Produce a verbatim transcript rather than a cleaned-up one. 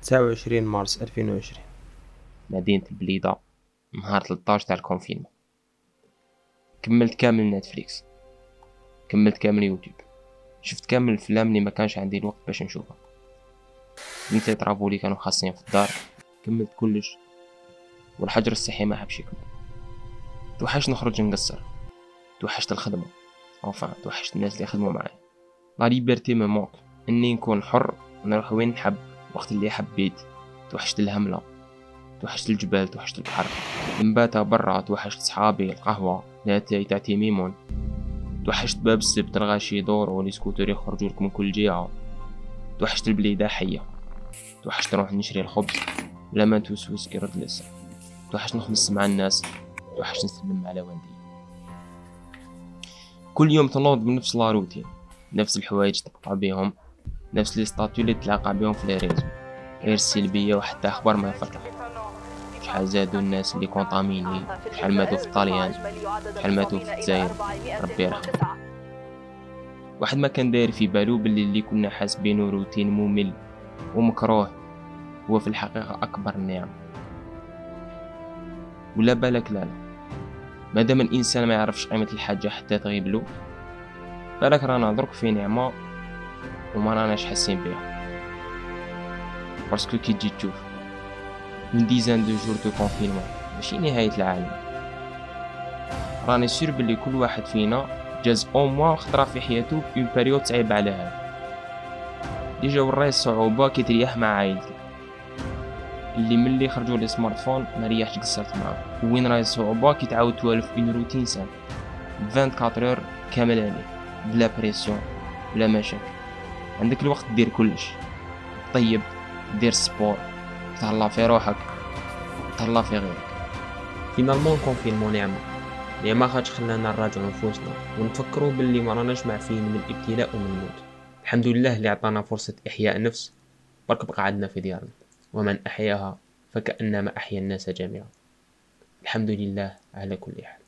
تسعة وعشرين مارس ألفين وعشرين، مدينة البليدة، نهار ثلاثطاش تاع الكونفينمون. كملت كامل نتفليكس، كملت كامل يوتيوب، شفت كامل الفلام اللي ما كانش عندي الوقت باش نشوفها. بنتي طرابولي كانوا خاصين في الدار، كملت كلش. والحجر الصحي ما حبش يكمل. توحشت نخرج نقصر، توحشت الخدمة، enfin توحشت الناس اللي يخدموا معايا. لا ليبرتي مي مونك، اني نكون حر نروح وين نحب وقت اللي حبيت. توحشت الهملة، توحشت الجبال، توحشت البحر، نباتا برا، توحشت صحابي، القهوة، لاتاي تاع تيميمون. توحشت باب السبت الغاشي يدور ولي سكوتر يخرجوا لك من كل جهة. توحشت البليدة حية، توحشت نروح نشري الخبز لا ما توسوس كي رد لسه. توحشت نخمس مع الناس، توحشت نسلم على والدي. كل يوم تنوض بنفس لا روتين، نفس الحوايج تقطع بهم، نفس لي ستاتيو اللي تلاقى بهم في لي ريزو، غير السلبية وحتى اخبار ما يفرح. شحال زادوا الناس اللي كونطاميني، شحال ماتوا في الطاليان، شحال ماتوا في الجزائر، ربي يرحمه. واحد ما كان داير في بالو باللي اللي كنا حاسبينه روتين ممل ومكروه هو في الحقيقة اكبر النعم. ولا بالك لا لا، مادام الانسان ما يعرفش قيمة الحاجة حتى تغيب له، بالك رانا درك في نعمة وما راناش حاسين بها. باسكو كي تجي تشوف من ديزان دو جور دو كونفينمون ماشي نهاية العالم. راني سير بلي كل واحد فينا جاز او موان خطرة في حياته اون باريود صعيبة على هذا. ديجا وراي الصعوبة كي تريح مع عائلتك، اللي ملي خرجوا لي سمارت فون ما ريحش قصرت معاهم. وين راي الصعوبة كي تعاود توالف اون روتين سان أربعة وعشرين اور كامل عليه، بلا بريسيون بلا مشاكل. عندك الوقت دير كلش، طيب دير سبور، تهلا في روحك، تهلا في غيرك. فينالمون كونفينمون نعمة، نعمة خاطش خلانا نراجعوا نفوسنا ونفكروا باللي ما راناش معفيين من الابتلاء ومن الموت. الحمد لله اللي عطانا فرصة إحياء النفس، برك بقى عندنا في ديارنا، ومن أحياها فكأنما أحيا الناس جميعا. الحمد لله على كل حال.